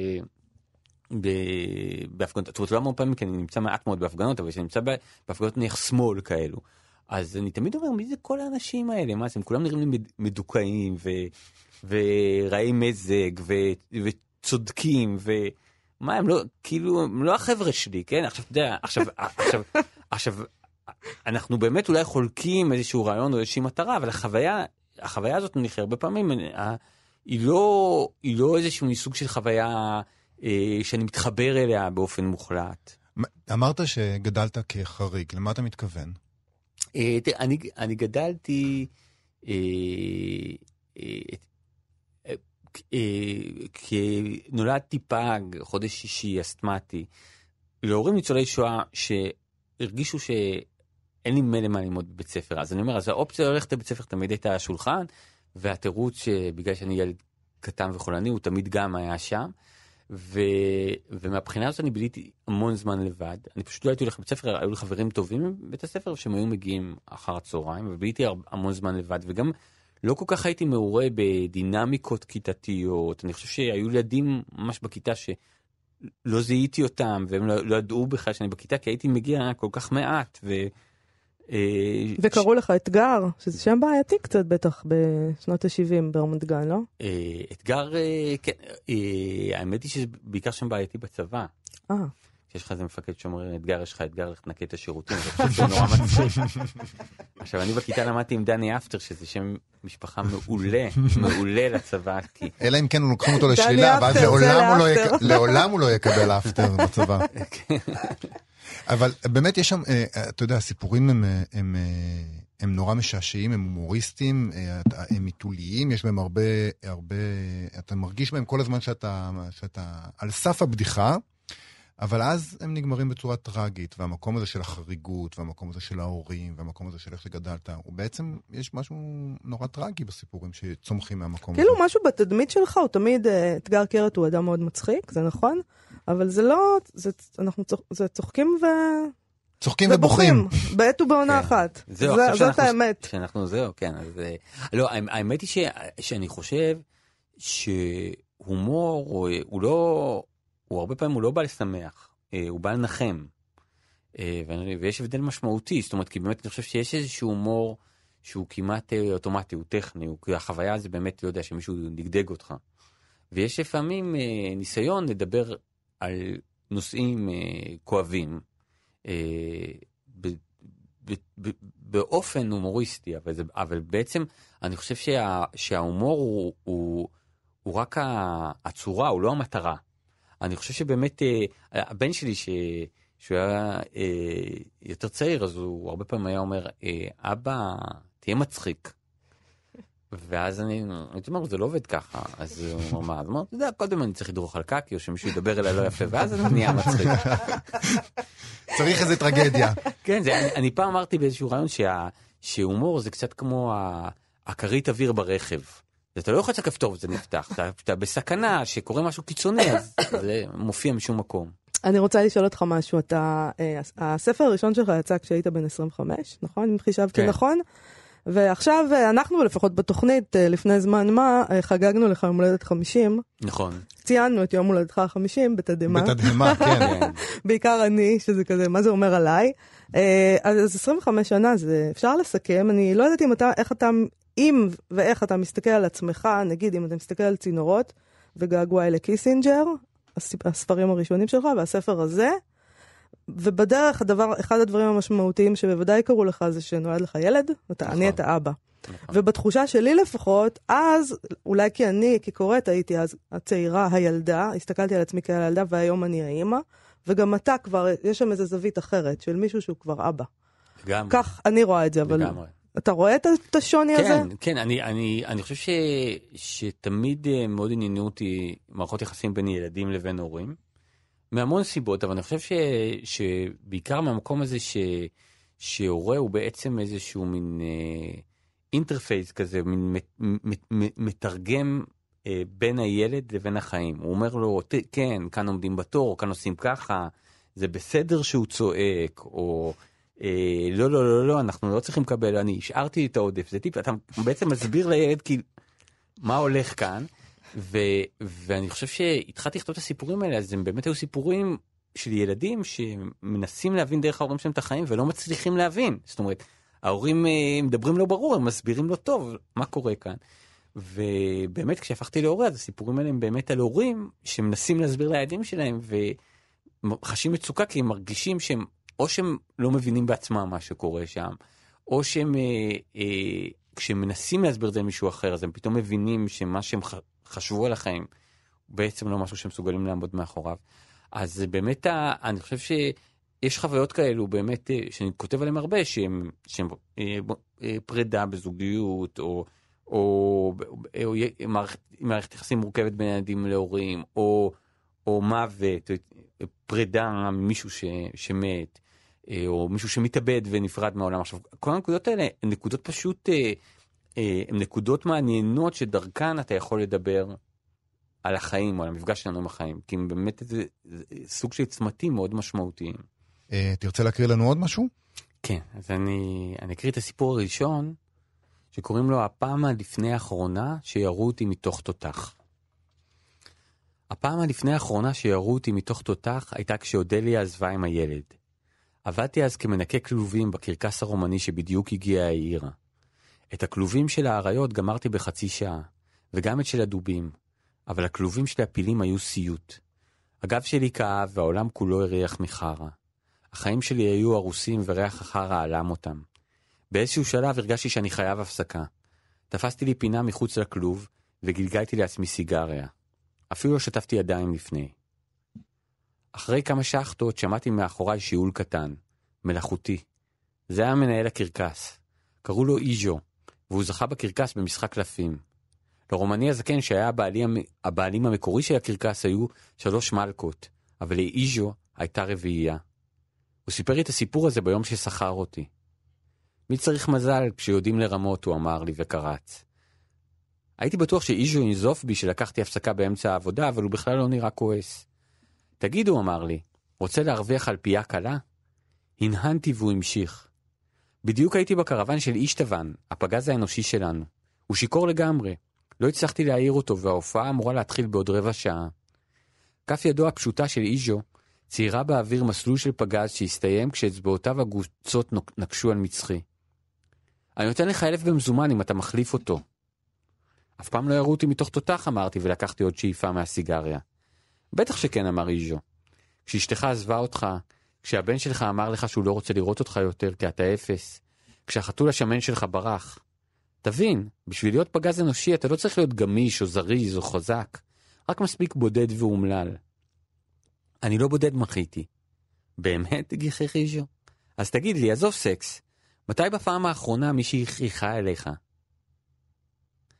בהפגנות, זאת אומרת, לא המון פעמים, כי אני נמצא מעט מאוד בהפגנות, אבל שאני נמצא בהפגנות נניח שמאל כאלו. אז אני תמיד אומר, מי זה כל האנשים האלה? מה זה? הם כולם נראים לי מדוכאים ורעי מזג וצודקים ומה הם לא, כאילו, הם לא החבר'ה שלי, כן? עכשיו, אתה יודע, עכשיו, אנחנו באמת אולי חולקים איזשהו רעיון או איזושהי מטרה, אבל החוויה הזאת נניח הרבה פעמים, היא לא איזשהו סוג של חוויה שאני מתחבר אליה באופן מוחלט. אמרת שגדלת כחריג, למה אתה מתכוון? אני גדלתי נולדתי פג, חודש שישי, אסתמטי, להורים ניצולי שואה שהרגישו שאין לי מה ללמוד בבית ספר. אז אני אומר, אז האופציה ללכת לבית ספר תמיד הייתה השולחן, והתירוץ שבגלל שאני ילד קטן וחולני, הוא תמיד גם היה שם. ומהבחינה הזאת אני ביליתי המון זמן לבד. אני פשוט לא הייתי הולך לבית ספר, היו לי חברים טובים בבית הספר שהם היו מגיעים אחר הצהריים, וביליתי המון זמן לבד, וגם לא כל כך הייתי מעורה בדינמיקות כיתתיות. אני חושב שהיו ילדים ממש בכיתה שלא זיהיתי אותם, והם לא ידעו בכלל שאני בכיתה, כי הייתי מגיע כל כך מעט, וקראו לך אתגר, שזה שם בעייתי קצת בטח בשנות ה-70 ברמת גן, לא? אתגר, כן, האמת היא שזה בעיקר שם בעייתי בצבא. יש לך איזה מפקד שאומר, אתגר, יש לך אתגר, לך תנקה את השירותים, זה נורא מצחיק. עכשיו, אני בכיתה למדתי עם דני אפטר, שזה שם משפחה מעולה לצבא. אלא אם כן הוא לוקחים אותו לשלילה, ואז לעולם הוא לא יקבל אפטר בצבא. אבל באמת יש שם, אתה יודע, הסיפורים הם נורא משעשעים, הם הומוריסטיים, הם מיתוליים, יש בהם הרבה, אתה מרגיש בהם כל הזמן שאתה על סף הבדיחה, אבל אז הם נגמרים בצורה טרגית, והמקום הזה של החריגות, והמקום הזה של ההורים, והמקום הזה של איך שגדלת, הוא בעצם, יש משהו נורא טרגי בסיפורים שצומחים מהמקום הזה. כאילו משהו בתדמית שלך, הוא תמיד, אתגר קרת הוא אדם מאוד מצחיק, זה נכון, אבל זה לא, זה צוחקים צוחקים ובוכים. בעת ובעונה אחת. זאת האמת. שאנחנו זהו, כן. לא, האמת היא שאני חושב שהומור הוא לא, הוא הרבה פעמים הוא לא בא לשמח, הוא בא לנחם. ויש הבדל משמעותי, זאת אומרת, כי באמת אני חושב שיש איזשהו הומור שהוא כמעט אוטומטי, הוא טכני, החוויה זה באמת, לא יודע, שמישהו נגדג אותך. ויש לפעמים ניסיון לדבר על נושאים כואבים, באופן הומוריסטי, אבל בעצם אני חושב שההומור הוא רק הצורה, הוא לא המטרה. אני חושב שבאמת הבן שלי שהוא היה יותר צעיר, אז הוא הרבה פעמים היה אומר, אבא, תהיה מצחיק. ואז אני אומר, זה לא עובד ככה. אז הוא אמר, אתה יודע, קודם אני צריך לדרוך על קקי, או שמישהו ידבר אליי לא יפה, ואז אני נהיה מצחיק. צריך איזה טרגדיה. כן, אני פעם אמרתי באיזשהו רעיון שהומור זה קצת כמו הכרית אוויר ברכב. אתה לא יכול לצאת כפתור וזה נפתח, אתה בסכנה שקורה משהו קיצוני, אז זה מופיע משום מקום. אני רוצה לשאול אותך משהו, הספר הראשון שלך יצא כשהיית בן 25, נכון? אם חישבתי נכון? ועכשיו אנחנו לפחות בתוכנית, לפני זמן מה, חגגנו לך יום הולדת 50. נכון. ציינו את יום הולדתך ה-50 בתדהמה. בתדהמה, כן. בעיקר אני, שזה כזה, מה זה אומר עליי? אז 25 שנה, זה אפשר לסכם. אני לא יודעת אם ואיך אתה מסתכל על עצמך, נגיד אם אתה מסתכל על צינורות, וגעגוע אלה קיסינג'ר, הספרים הראשונים שלך, והספר הזה, ובדרך אחד הדברים המשמעותיים שבוודאי קראו לך זה שנולד לך ילד, אני את האבא. ובתחושה שלי לפחות, אז, אולי כי אני, כקוראת, הייתי אז הצעירה, הילדה, הסתכלתי על עצמי כעל הילדה, והיום אני האמא, וגם אתה כבר, יש שם איזו זווית אחרת, של מישהו שהוא כבר אבא. לגמרי. כך אני רואה את זה, אבל... לגמרי. אתה רואה את השוני הזה? כן, אני חושב שתמיד מאוד עניינו אותי מערכות יחסים בין ילדים לבין הורים, מהמון סיבות, אבל אני חושב שבעיקר מהמקום הזה שהורה הוא בעצם איזשהו מין אינטרפייס כזה, מין מתרגם בין הילד לבין החיים. הוא אומר לו, כן, כאן עומדים בתור, כאן עושים ככה, זה בסדר שהוא צועק, או לא, אנחנו לא צריכים לקבל, אני השארתי את העודף, זה טיפ, אתה בעצם מסביר לילד כאילו, מה הולך כאן, ואני חושב שהתחלתי לכתוב את הסיפורים האלה, אז הם באמת היו סיפורים של ילדים שמנסים להבין דרך ההורים שלהם את החיים, ולא מצליחים להבין. זאת אומרת, ההורים מדברים לא ברור, הם מסבירים לא טוב מה קורה כאן. ובאמת כשהפכתי להורה, אז הסיפורים האלה הם באמת על הורים שמנסים להסביר לילדים שלהם, וחשים מצוקה כי הם מרגישים שהם, או שהם לא מבינים בעצמם מה שקורה שם, או שהם, כשהם מנסים להסביר את זה למישהו אחר, אז הם פתאום מבינים שמה שהם חשבו על החיים, בעצם לא משהו שהם מסוגלים לעמוד מאחוריו. אז באמת, אני חושב שיש חוויות כאלו, באמת, שאני כותב עליהם הרבה, שהם פרידה בזוגיות, או מערכת יחסים מורכבת בין ילדים להורים, או מוות, פרידה ממישהו שמת, או מישהו שמתאבד ונפרד מהעולם. עכשיו, כל הנקודות האלה הן נקודות פשוט, הן נקודות מעניינות שדרכן אתה יכול לדבר על החיים, או על המפגש שלנו עם החיים, כי באמת זה סוג של צמתים מאוד משמעותיים. תרצה להקריא לנו עוד משהו? כן, אז אני אקריא את הסיפור הראשון, שקוראים לו הפעם הלפני האחרונה שירו אותי מתוך תותח. הפעם הלפני האחרונה שירו אותי מתוך תותח הייתה כשאודליה עזבה עם הילד. עבדתי אז כמנקה כלובים בקרקס הרומני שבדיוק הגיע העירה. את הכלובים של האריות גמרתי בחצי שעה, וגם את של הדובים, אבל הכלובים של הפילים היו סיוט. הגב שלי כאב והעולם כולו הריח מחרה. החיים שלי היו הרוסים וריח החרה עלם אותם. באיזשהו שלב הרגשתי שאני חייב הפסקה. תפסתי לי פינה מחוץ לכלוב וגלגלתי לעצמי סיגריה. אפילו לא שטפתי ידיים לפני. אחרי כמה שחטות שמעתי מאחוריי שיעול קטן, מלאכותי. זה היה מנהל הקרקס. קראו לו איז'ו, והוא זכה בקרקס במשחק קלפים. לרומני הזקן שהיה הבעלים המקורי של הקרקס היו 3 מלכות, אבל לאיז'ו הייתה רביעייה. הוא סיפר לי את הסיפור הזה ביום ששכר אותי. מי צריך מזל כשיודעים לרמות, הוא אמר לי וקרץ. הייתי בטוח שאיז'ו ינזוף בי שלקחתי הפסקה באמצע העבודה, אבל הוא בכלל לא נראה כועס. תגיד, הוא אמר לי, רוצה להרוויח על פייה קלה? הנהנתי והוא המשיך. בדיוק הייתי בקרבן של איש טבן, הפגז האנושי שלנו. הוא שיקור לגמרי. לא הצלחתי להעיר אותו, וההופעה אמורה להתחיל בעוד רבע שעה. כף ידו הפשוטה של איז'ו ציירה באוויר מסלול של פגז שהסתיים כשאצבעותיו הגוצות נקשו על מצחי. אני נותן לך 1,000 במזומן אם אתה מחליף אותו. אף פעם לא יראו אותי מתוך תותח, אמרתי, ולקחתי עוד שאיפה מהסיגריה. בטח שכן, אמר איז'ו. כשאשתך עזבה אותך, כשהבן שלך אמר לך שהוא לא רוצה לראות אותך יותר כי אתה אפס, כשהחתול השמן שלך ברח. תבין, בשביל להיות פגז אנושי אתה לא צריך להיות גמיש או זריז או חזק, רק מספיק בודד ואומלל. אני לא בודד, מחיתי. באמת, גיחך איז'ו? אז תגיד לי, עזוב סקס, מתי בפעם האחרונה מישהי הכריחה אליך?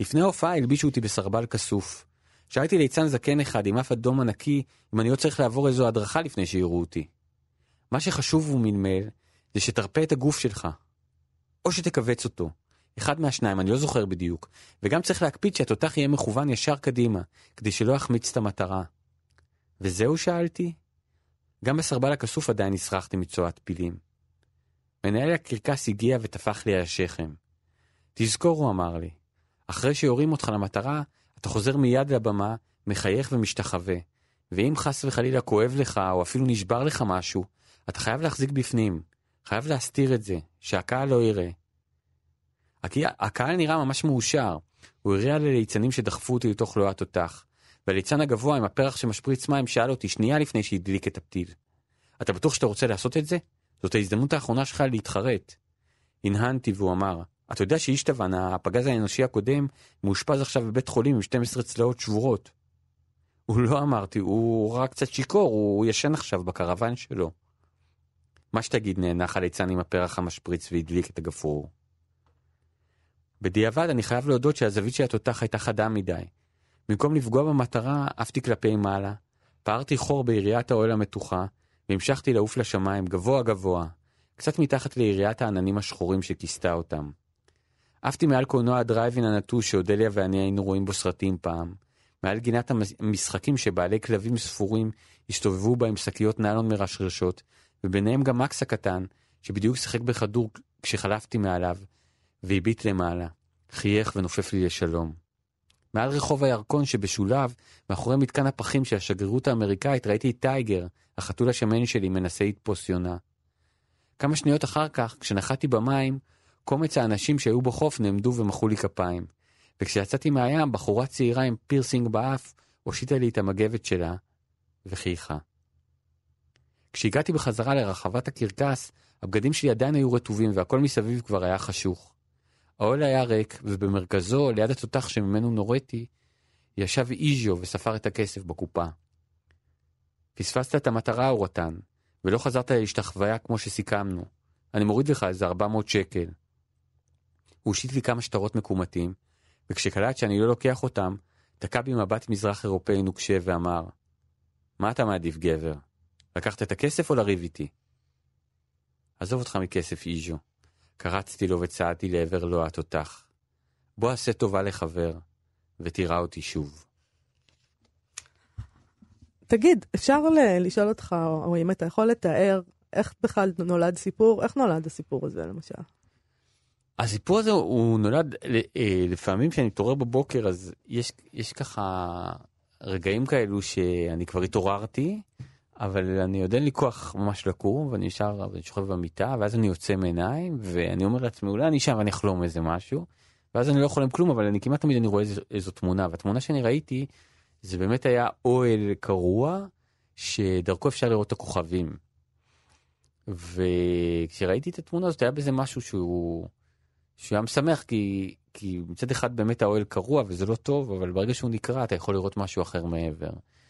לפני ההופעה הלבישו אותי בסרבל כסוף. שאלתי ליצן זקן אחד עם אף אדום ענקי, אם אני לא צריך לעבור איזו הדרכה לפני שיראו אותי. מה שחשוב הוא מנמל, זה שתרפא את הגוף שלך. או שתכווץ אותו. אחד מהשניים, אני לא זוכר בדיוק. וגם צריך להקפיד שהתותח יהיה מכוון ישר קדימה, כדי שלא יחמיץ את המטרה. וזהו שאלתי? גם בסרבל הכסוף עדיין הסרחתי מצועת פילים. מנהל הקרקס הגיע ותפח לי על השכם. תזכור, הוא אמר לי. אחרי שיורים אותך למטרה, אתה חוזר מיד לבמה, מחייך ומשתחווה. ואם חס וחלילה כואב לך, או אפילו נשבר לך משהו, אתה חייב להחזיק בפנים. חייב להסתיר את זה, שהקהל לא יראה. הקהל נראה ממש מאושר. הוא הריע לליצנים שדחפו אותי לתוך לועת תותח. והליצן הגבוה עם הפרח שמשפריץ מים שאל אותי שנייה לפני שהדליק את הפתיל. אתה בטוח שאתה רוצה לעשות את זה? זאת ההזדמנות האחרונה שלך להתחרט. הנהנתי והוא אמר, אתה יודע שאיש טבן, הפגז האנושי הקודם, מאושפז עכשיו בבית חולים עם 12 צלעות שבורות. הוא לא אמרתי, הוא רק קצת שיקור, הוא ישן עכשיו בקרוון שלו. מה שתגיד, נאנח הליצן עם הפרח המשפריץ והדליק את הגפרור. בדיעבד אני חייב להודות שהזווית של התותח הייתה חדה מדי. במקום לפגוע במטרה, עפתי כלפי מעלה, פערתי חור ביריית האוהל המתוחה, והמשכתי לעוף לשמיים גבוה גבוה, קצת מתחת ליריית העננים השחורים שכיסתה אותם. עפתי מעל קולנוע הדרייבין הנטוש שאודליה ואני היינו רואים בו סרטים פעם, מעל גינת המשחקים שבעלי כלבים ספורים הסתובבו בה עם שקיות נילון מרשרשות, וביניהם גם מקס הקטן, שבדיוק שיחק בכדור כשחלפתי מעליו, והביט למעלה, חייך ונופף לי לשלום. מעל רחוב הירקון שבשולב, מאחורי מתקן הפחים של השגרירות האמריקאית, ראיתי את טייגר, החתול השמן שלי, מנסה לתפוס יונה. כמה שניות אחר כך, כשנחתי במים, קומץ האנשים שהיו בחוף נעמדו ומחאו לי כפיים. וכשיצאתי מהים, בחורה צעירה עם פירסינג באף, הושיטה לי את המגבת שלה, וחייכה. כשהגעתי בחזרה לרחבת הקרקס, הבגדים שלי עדיין היו רטובים, והכל מסביב כבר היה חשוך. האוהל היה ריק, ובמרכזו, ליד התותח שממנו נוריתי, ישב איז'ו וספר את הכסף בקופה. פספסת את המטרה, אורתן, ולא חזרת להשתחוויה כמו שסיכמנו. אני מוריד לך איזה 400 שקל. הוא הושיט לי כמה שטרות מקומתים, וכשקלט שאני לא לוקח אותם, תקע בי מבט מזרח אירופאי נוקשה ואמר, מה אתה מעדיף, גבר? לקחת את הכסף או לריב איתי? עזוב אותך מכסף, איז'ו. קרצתי לו וצעדתי לעבר לו התותח. בוא עשה טובה לחבר, ותראה אותי שוב. תגיד, אפשר לשאול אותך, או אם אתה יכול לתאר, איך בכלל נולד סיפור? איך נולד הסיפור הזה, למשל? הסיפור הזה הוא נולד, לפעמים כשאני מתעורר בבוקר, אז יש ככה רגעים שאני כבר התעוררתי, אבל אני עוד אין לי כוח ממש לקום, ואני נשאר ושוכב במיטה, ואז אני יוצא מעיניים, ואני אומר לעצמי, אולי אני שם ואני אחלום איזה משהו, ואז אני לא יכול כלום, אבל אני כמעט תמיד אני רואה איזו תמונה, והתמונה שאני ראיתי, זה באמת היה אוהל קרוע, שדרכו אפשר לראות את הכוכבים. וכשראיתי את התמונה הזאת, היה בזה משהו שהוא היה משמח, כי מצד אחד באמת האוהל קרוע, וזה לא טוב, אבל ברגע שהוא נקרא, אתה יכול לראות משהו אחר מעבר.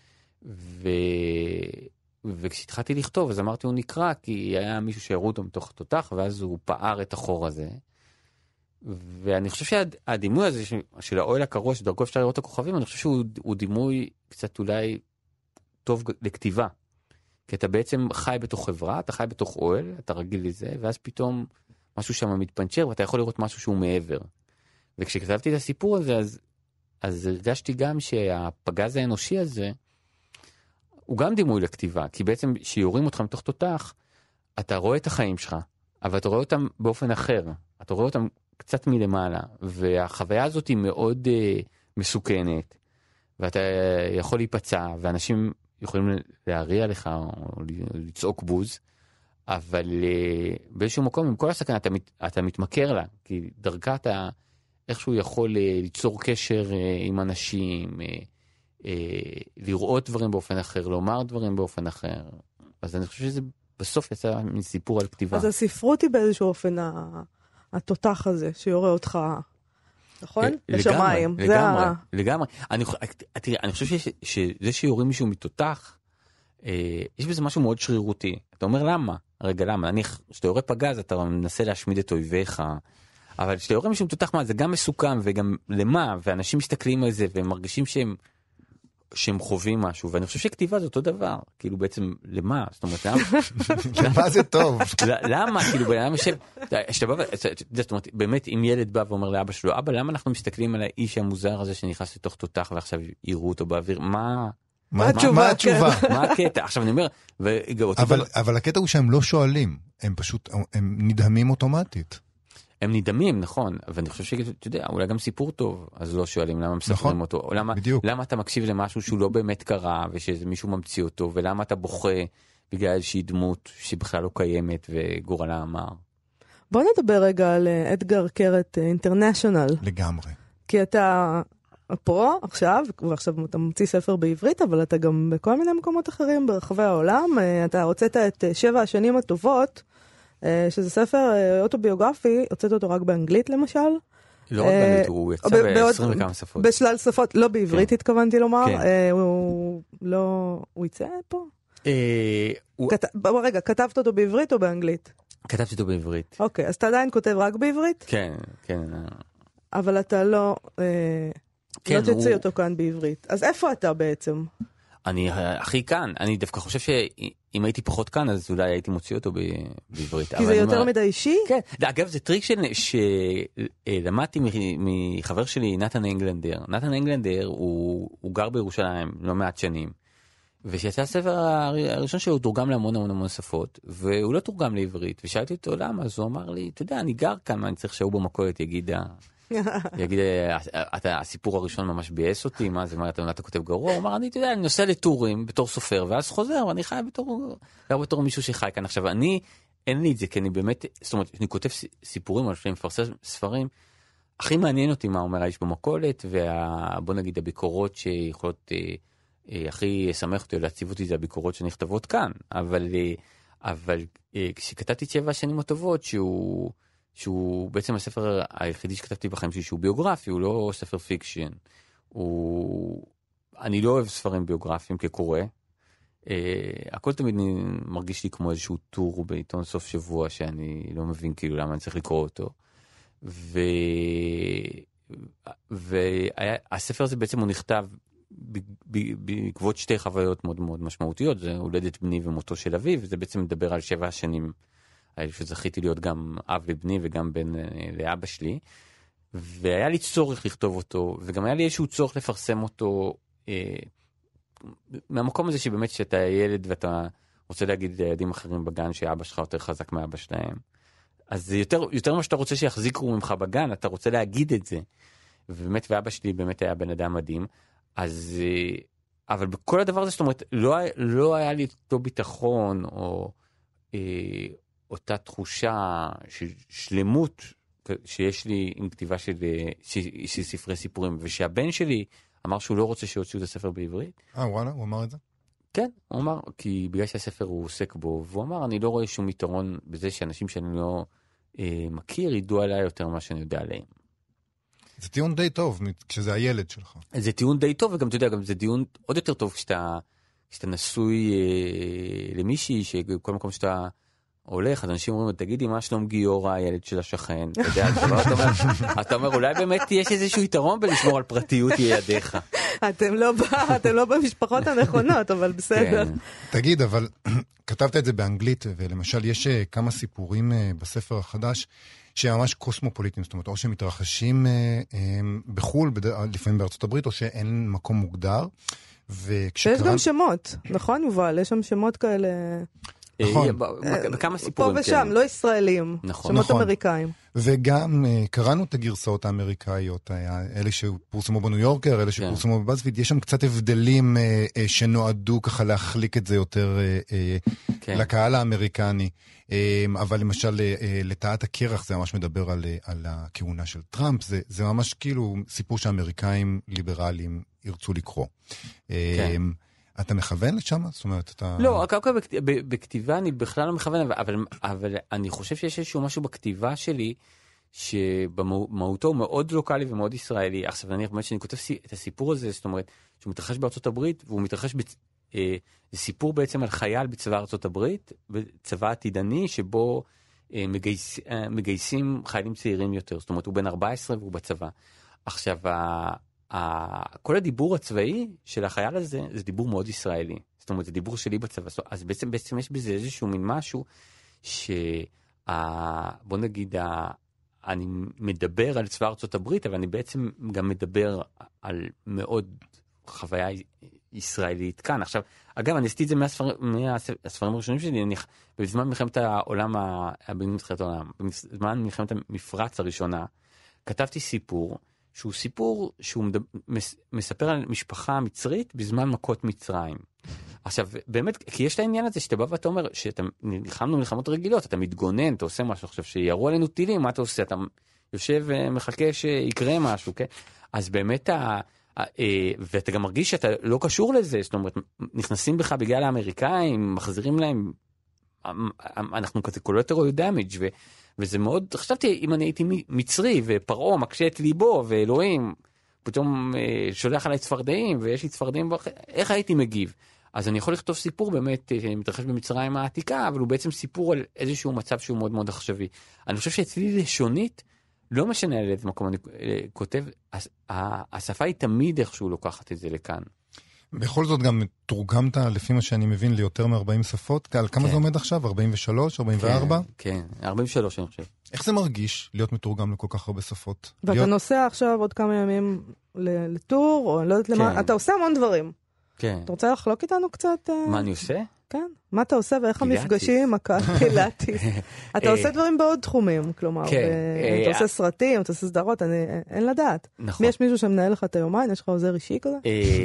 וכשהתחלתי לכתוב, אז אמרתי הוא נקרא, כי היה מישהו שהראו אותו מתוך התותח, ואז הוא פער את החור הזה. ואני חושב שהדימוי הזה של האוהל הקרוע, שדרכו אפשר לראות את הכוכבים, אני חושב שהוא דימוי קצת אולי טוב לכתיבה. כי אתה בעצם חי בתוך חברה, אתה חי בתוך אוהל, אתה רגיל לזה, ואז פתאום משהו שם מתפנצ'ר, ואתה יכול לראות משהו שהוא מעבר. וכשכתבתי את הסיפור הזה, אז הרגשתי גם שהפגז האנושי הזה, הוא גם דימוי לכתיבה, כי בעצם שיורים אותך מתוך תותח, אתה רואה את החיים שלך, אבל אתה רואה אותם באופן אחר, אתה רואה אותם קצת מלמעלה, והחוויה הזאת היא מאוד מסוכנת, ואתה יכול להיפצע, ואנשים יכולים להריע לך, או לצעוק בוז, אבל באיזשהו מקום, עם כל הסכנה, אתה מתמכר לה, כי דרכה אתה איכשהו יכול ליצור קשר עם אנשים, לראות דברים באופן אחר, לומר דברים באופן אחר. אז אני חושב שזה בסוף יצא מסיפור על כתיבה. אז הספרות היא באיזשהו אופן התותח הזה, שיורה אותך, נכון? לשמיים. לגמרי. אני חושב שזה שיורים מישהו מתותח, יש בזה משהו מאוד שרירותי. אתה אומר למה? רגע, למה? כשאתה יורה פגז, אתה מנסה להשמיד את אויביך, אבל כשאתה יורה מישהו תותח מה, זה גם מסוכם וגם למה, ואנשים מסתכלים על זה והם מרגישים שהם חווים משהו, ואני חושב שכתיבה זה אותו דבר, כאילו בעצם למה? זאת אומרת, למה זה טוב? למה? כאילו בן יושב, זאת אומרת, באמת אם ילד בא ואומר לאבא שלו, אבא, למה אנחנו מסתכלים על האיש המוזר הזה שנכנס לתוך תותח ועכשיו יראו אותו באוויר? מה התשובה? מה הקטע? עכשיו אני אומר, אבל הקטע הוא שהם לא שואלים, הם פשוט, הם נדהמים אוטומטית. הם נדהמים, נכון, ואני חושב שאתה יודע, אולי גם סיפור טוב, אז לא שואלים למה מספרים אותו, או למה אתה מקשיב למשהו שהוא לא באמת קרה, ושמישהו ממציא אותו, ולמה אתה בוכה בגלל איזושהי דמות שבכלל לא קיימת וגורלה אמר. בוא נדבר רגע על אדגר קרת אינטרנשיונל. לגמרי. כי אתה פה עכשיו, ועכשיו אתה מוציא ספר בעברית, אבל אתה גם בכל מיני מקומות אחרים ברחבי העולם, אתה הוצאת את 7 השנים הטובות, שזה ספר אוטוביוגרפי, הוצאת אותו רק באנגלית למשל. לא רק באנגלית, הוא יצא ב-20 וכמה שפות. בשלל שפות, לא בעברית התכוונתי לומר. הוא יצא פה? רגע, כתבת אותו בעברית או באנגלית? כתבתי אותו בעברית. אוקיי, אז אתה עדיין כותב רק בעברית? כן, כן. אבל אתה לא תוציא אותו כאן בעברית. אז איפה אתה בעצם? אני הכי כאן, אני דווקא חושב שאם הייתי פחות כאן, אז אולי הייתי מוציא אותו בעברית. כי זה יותר מדי אישי? כן, אגב זה טריק שלמדתי מחבר שלי, נתן אנגלנדר. נתן אנגלנדר הוא גר בירושלים לא מעט שנים, ושיצא הספר הראשון שלו הוא תורגם להמון המון שפות, והוא לא תורגם לעברית, ושאלתי אותו למה, אז הוא אמר לי, אתה יודע, אני גר כאן, מה אני צריך שהוא במכולת יגיד, הסיפור הראשון ממש בייס אותי, מה זה, אתה כותב גרוע? הוא אמר, אני נוסע לטורים בתור סופר, ואז חוזר, ואני חי בתור מישהו שחי כאן. עכשיו, אין לי את זה, כי אני באמת, זאת אומרת, אני כותב סיפורים, אני מפרסם ספרים, הכי מעניין אותי מה אומר האיש במכולת, ובוא נגיד הביקורות שיכולות הכי שמח אותי, להציב אותי, זה הביקורות שנכתבות כאן, אבל כשכתבתי 7 השנים הטובות, שהוא בעצם הספר היחידי שכתבתי בחיים שלי, שהוא ביוגרפי, הוא לא ספר פיקשן. אני לא אוהב ספרים ביוגרפיים כקורא. הכל תמיד מרגיש לי כמו איזשהו טור בעיתון סוף שבוע, שאני לא מבין כאילו למה אני צריך לקרוא אותו. והספר הזה בעצם הוא נכתב בעקבות 2 חוויות מאוד מאוד משמעותיות. זה הולדת בני ומותו של אבי, וזה בעצם מדבר על 7 השנים שזכיתי להיות גם אב לבני וגם בן לאבא שלי, והיה לי צורך לכתוב אותו, וגם היה לי איזשהו צורך לפרסם אותו, מהמקום הזה שבאמת שאתה ילד ואתה רוצה להגיד לילדים אחרים בגן שאבא שלך יותר חזק מאבא שלהם, אז זה יותר מה שאתה רוצה שיחזיקו ממך בגן, אתה רוצה להגיד את זה, ובאמת ואבא שלי באמת היה בן אדם מדהים, אז אבל בכל הדבר הזה, זאת אומרת, לא היה לי אותו ביטחון או אותה תחושה של שלמות שיש לי עם כתיבה של ספרי סיפורים, ושהבן שלי אמר שהוא לא רוצה שיוציאו את הספר בעברית. וואלה, הוא אמר את זה? כן, הוא אמר, כי בגלל שהספר הוא עוסק בו, והוא אמר, אני לא רואה שום יתרון בזה שאנשים שאני לא מכיר ידעו עליי יותר ממה שאני יודע עליהם. זה טיעון די טוב, כשזה הילד שלך. זה טיעון די טוב, וגם אתה יודע, גם זה טיעון עוד יותר טוב כשאתה נשוי למישהי, שכל מקום שאתה הולך, אז אנשים אומרים, תגידי מה שלום גיורא, הילד של השכן, אתה יודע, אתה אומר, אולי באמת יש איזשהו יתרון בלשמור על פרטיות ילדיך. אתם לא במשפחות הנכונות, אבל בסדר. תגיד, אבל כתבת את זה באנגלית, ולמשל יש כמה סיפורים בספר החדש, שהם ממש קוסמופוליטיים, זאת אומרת, או שהם מתרחשים בחול, לפעמים בארצות הברית, או שאין מקום מוגדר. ויש גם שמות, נכון יובל? יש שם שמות כאלה... נכון. בכמה סיפורים. פה ושם, לא ישראלים, שמות אמריקאים. וגם קראנו את הגרסאות האמריקאיות, אלה שפורסמו בניו יורקר, אלה שפורסמו בבאזפיד, יש שם קצת הבדלים שנועדו ככה להחליק את זה יותר לקהל האמריקני. אבל למשל, לטעת הקרח זה ממש מדבר על הכהונה של טראמפ, זה ממש כאילו סיפור שהאמריקאים ליברליים ירצו לקרוא. אתה מכוון לשם? זאת אומרת, אתה... לא, בכתיבה אני בכלל לא מכוון, אבל אני חושב שיש איזשהו משהו בכתיבה שלי, שבמהותו הוא מאוד לוקלי ומאוד ישראלי. עכשיו, אני באמת שאני כותב את הסיפור הזה, זאת אומרת, שהוא מתרחש בארצות הברית, והוא מתרחש זה סיפור בעצם על חייל בצבא ארצות הברית, בצבא עתידני, שבו מגייסים חיילים צעירים יותר, זאת אומרת הוא בן 14 והוא בצבא. עכשיו, כל הדיבור הצבאי של החייל הזה, זה דיבור מאוד ישראלי, זאת אומרת זה דיבור שלי בצבא, אז בעצם יש בזה איזשהו מין משהו, בוא נגיד, אני מדבר על צבא ארצות הברית, אבל אני בעצם גם מדבר על מאוד חוויה ישראלית כאן. עכשיו, אגב, אני עשיתי את זה מהספרים הראשונים שלי, בזמן מלחמת העולם, בזמן מלחמת המפרץ הראשונה, כתבתי סיפור, שהוא סיפור שהוא מספר על משפחה מצרית בזמן מכות מצרים. עכשיו, באמת, כי יש את העניין הזה שאתה בא ואתה אומר, שאתה נלחמנו מלחמות רגילות, אתה מתגונן, אתה עושה משהו, עכשיו שירו עלינו טילים, מה אתה עושה? אתה יושב ומחכה שיקרה משהו, כן? אז באמת, ואתה גם מרגיש שאתה לא קשור לזה, זאת אומרת, נכנסים בך בגלל האמריקאים, מחזירים להם, אנחנו כזה קולטרול דאמיג' וזה מאוד, חשבתי, אם אני הייתי מצרי, ופרעה מקשה את ליבו, ואלוהים, פתאום שולח עליי צפרדעים, ויש לי צפרדעים, איך הייתי מגיב? אז אני יכול לכתוב סיפור באמת, מתרחש במצרים העתיקה, אבל הוא בעצם סיפור על איזשהו מצב שהוא מאוד מאוד עכשווי. אני חושב שאצלי לשונית, לא משנה על איזה מקום אני כותב, השפה היא תמיד איכשהו לוקחת את זה לכאן. בכל זאת גם תורגמת, לפי מה שאני מבין, ליותר מ-40 שפות. על כמה זה עומד עכשיו? 43, 44? כן, 43 אני חושב. איך זה מרגיש להיות מתורגם לכל כך הרבה שפות? ואתה נוסע עכשיו עוד כמה ימים לטור, או לא יודעת למה, אתה עושה המון דברים. כן. אתה רוצה לחלוק איתנו קצת? מה אני עושה? כן. מה אתה עושה ואיך המפגשים עם הקהל פילאטיס? אתה עושה דברים בעוד תחומים, כלומר, אתה עושה סרטים, אתה עושה סדרות, אין לדעת. נכון. יש מישהו שמנהל לך את היומיים, יש לך עוזר אישי כזה?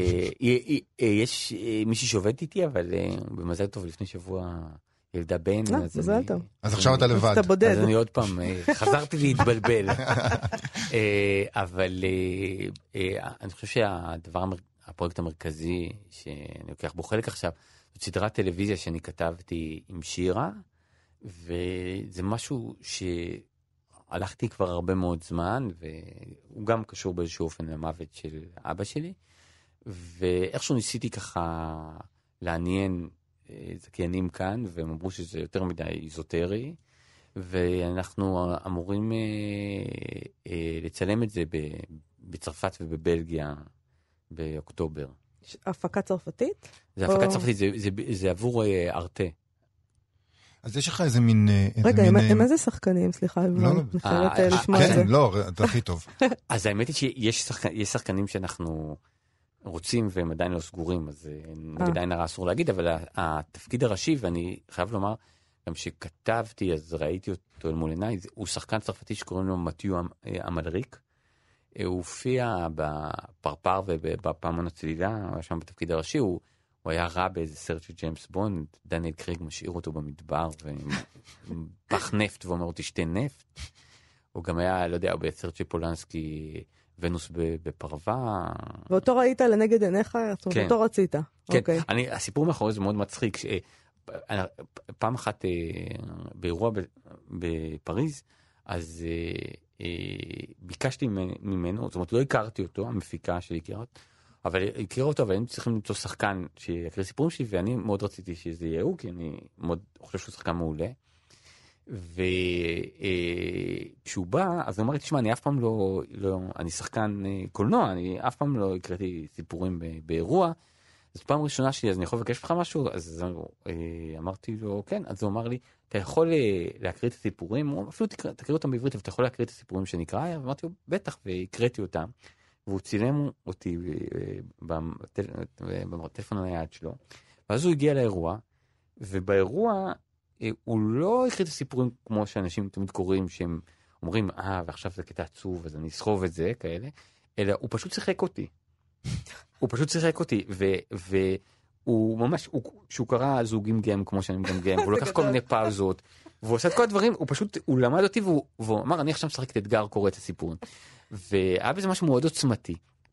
יש מישהי שעובדת איתי, אבל במזל טוב לפני שבוע ילדה בן. מזל טוב. אז עכשיו אתה לבד. אתה בודד. אז אני עוד פעם חזרתי להתבלבל. אבל אני חושב שהפרויקט המרכזי שאני לוקח בו חלק עכשיו, זאת סדרת טלוויזיה שאני כתבתי עם שירה, וזה משהו שהלכתי כבר הרבה מאוד זמן, והוא גם קשור באיזשהו אופן למוות של אבא שלי, ואיכשהו ניסיתי ככה לעניין זכיינים כאן, והם אמרו שזה יותר מדי איזוטרי, ואנחנו אמורים לצלם את זה בצרפת ובבלגיה באוקטובר. הפקה צרפתית? זה הפקה צרפתית, זה עבור ארטה. אז יש לך איזה מין... רגע, עם איזה שחקנים? סליחה, אני חייבת לשמוע את זה. כן, לא, אתה הכי טוב. אז האמת היא שיש שחקנים שאנחנו רוצים והם עדיין לא סגורים, אז עדיין הרע אסור להגיד, אבל התפקיד הראשי, ואני חייב לומר, גם שכתבתי, אז ראיתי אותו אל מול עיניי, הוא שחקן צרפתי שקוראים לו מתיו אמלריק, הוא הופיע בפרפר ובפעמון הצלילה, הוא היה שם בתפקיד הראשי, הוא היה רע באיזה סרט של ג'יימס בונד, דניאל קריג משאיר אותו במדבר, ופח נפט ואומר לו תשתה נפט. הוא גם היה, לא יודע, בסרט של פולנסקי, ונוס בפרווה. ואותו ראית לנגד עיניך? כן. אותו רצית. כן, הסיפור מאחורי זה מאוד מצחיק. פעם אחת באירוע בפריז, אז ביקשתי ממנו, זאת אומרת לא הכרתי אותו, המפיקה שלי אבל הכירה אותו, אבל היינו צריכים למצוא שחקן שיקריא סיפורים שלי, ואני מאוד רציתי שזה יהיה הוא, כי אני מאוד חושב שהוא שחקן מעולה. וכשהוא בא, אז הוא אמר לי, תשמע, אני אף פעם לא, אני שחקן קולנוע, אני אף פעם לא הקראתי סיפורים באירוע, אז פעם ראשונה שלי, אז אני יכול לבקש לך משהו? אז אמרתי לו, כן. אז הוא אמר לי, אתה יכול להקריא את הסיפורים, אפילו תקריא אותם בעברית, אבל אתה יכול להקריא את הסיפורים שנקרא, ואמרתי לו, בטח, והקראתי אותם, והוא צילם אותי בטלפון הנייד שלו, ואז הוא הגיע לאירוע, ובאירוע הוא לא הקריא את הסיפורים כמו שאנשים תמיד קוראים, שהם אומרים, ועכשיו זה קטע עצוב, אז אני אסחוב את זה, כאלה, אלא הוא פשוט שיחק אותי. הוא פשוט שיחק אותי, והוא ממש, שהוא קרא זוגים גיים כמו שאני מגמגם, והוא לקח כל מיני פאוזות, והוא עושה את כל הדברים, הוא למד אותי, והוא אמר, אני עכשיו משחק את אתגר, קורא את הסיפורים. והיה בזה משהו מאוד עוצמתי.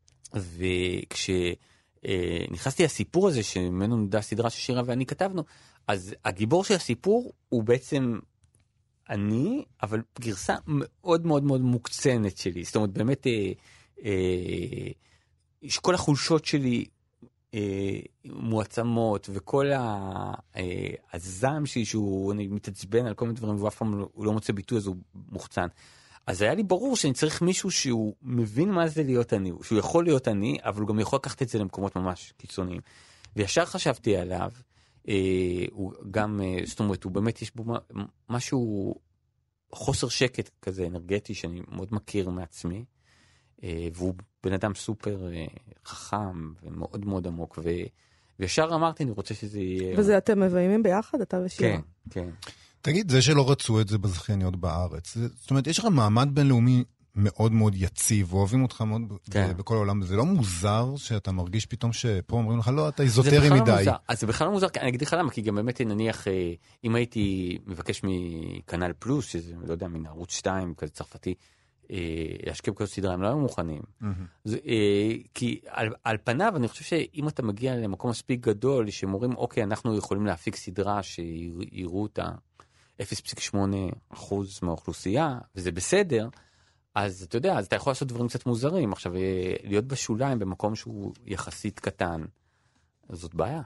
וכשנכנסתי לסיפור הזה, שממנו נדע סדרה ששירה ואני כתבנו, אז הגיבור של הסיפור הוא בעצם אני, אבל גרסה מאוד מאוד מאוד מוקצנת שלי. זאת אומרת, באמת, כל החולשות שלי מועצמות, וכל הזעם שלי שהוא מתעצבן על כל מיני דברים, ואף פעם הוא לא מוצא ביטוי, אז הוא מוחצן. אז היה לי ברור שאני צריך מישהו שהוא מבין מה זה להיות אני, שהוא יכול להיות אני, אבל הוא גם יכול לקחת את זה למקומות ממש קיצוניים. וישר חשבתי עליו, הוא גם, זאת אומרת, הוא באמת יש בו משהו, חוסר שקט כזה אנרגטי, שאני מאוד מכיר מעצמי, והוא בן אדם סופר חכם ומאוד מאוד עמוק, וישר אמרתי, אני רוצה שזה יהיה... וזה אתם מביימים ביחד, אתה ושירה? כן, כן. תגיד, זה שלא רצו את זה בזכייניות בארץ, זאת אומרת, יש לך מעמד בינלאומי מאוד מאוד יציב, אוהבים אותך מאוד בכל העולם, זה לא מוזר שאתה מרגיש פתאום שפה אומרים לך, לא, אתה איזוטרי מדי. אז זה בכלל לא מוזר, אני אגיד לך למה, כי גם באמת נניח, אם הייתי מבקש מקנל פלוס, שזה, לא יודע, מן ערוץ 2, כזה צרפתי, להשקיע בכל סדרה, הם לא היו מוכנים. כי על פניו, אני חושב שאם אתה מגיע למקום מספיק גדול, שמורים, אוקיי, אנחנו יכולים להפיק סדרה שיראו אותה 0.8% מהאוכלוסייה, וזה בסדר, אז אתה יודע, אז אתה יכול לעשות דברים קצת מוזרים. עכשיו, להיות בשוליים במקום שהוא יחסית קטן, זאת בעיה.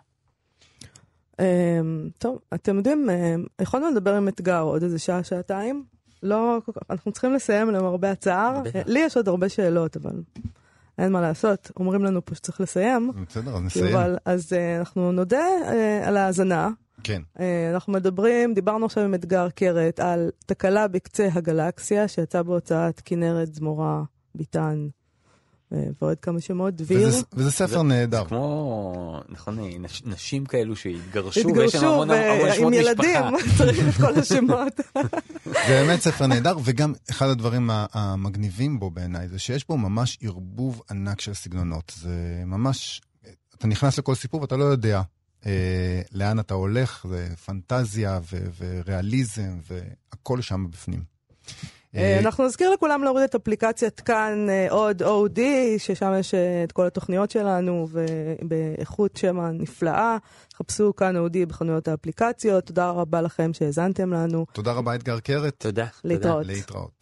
טוב, אתם יודעים, יכולנו לדבר עם אתגר עוד איזה שעה, שעתיים? לא, אנחנו צריכים לסיים למרבה הצער. לי יש עוד הרבה שאלות, אבל אין מה לעשות. אומרים לנו פה שצריך לסיים. בסדר, אז נסיים. אז אנחנו נודה על ההאזנה. כן. אנחנו דיברנו עכשיו עם אתגר קרת על תקלה בקצה הגלקסיה, שיצא בהוצאת כנרת זמורה ביטן, ועוד כמה שמות, דביר. וזה ספר נהדר. זה כמו, נכון, נשים כאלו שהתגרשו, ויש שם המון שמות עם ילדים, צריך את כל השמות. זה באמת ספר נהדר, וגם אחד הדברים המגניבים בו בעיניי, זה שיש בו ממש ערבוב ענק של סגנונות. זה ממש, אתה נכנס לכל סיפור ואתה לא יודע לאן אתה הולך, זה פנטזיה וריאליזם, והכל שם בפנים. אנחנו נזכיר לכולם להוריד את אפליקציית כאן עוד OD, ששם יש את כל התוכניות שלנו, ובאיכות שמה נפלאה. חפשו כאן OD בחנויות האפליקציות. תודה רבה לכם שהזנתם לנו. תודה רבה אתגר קרת. תודה. להתראות. להתראות.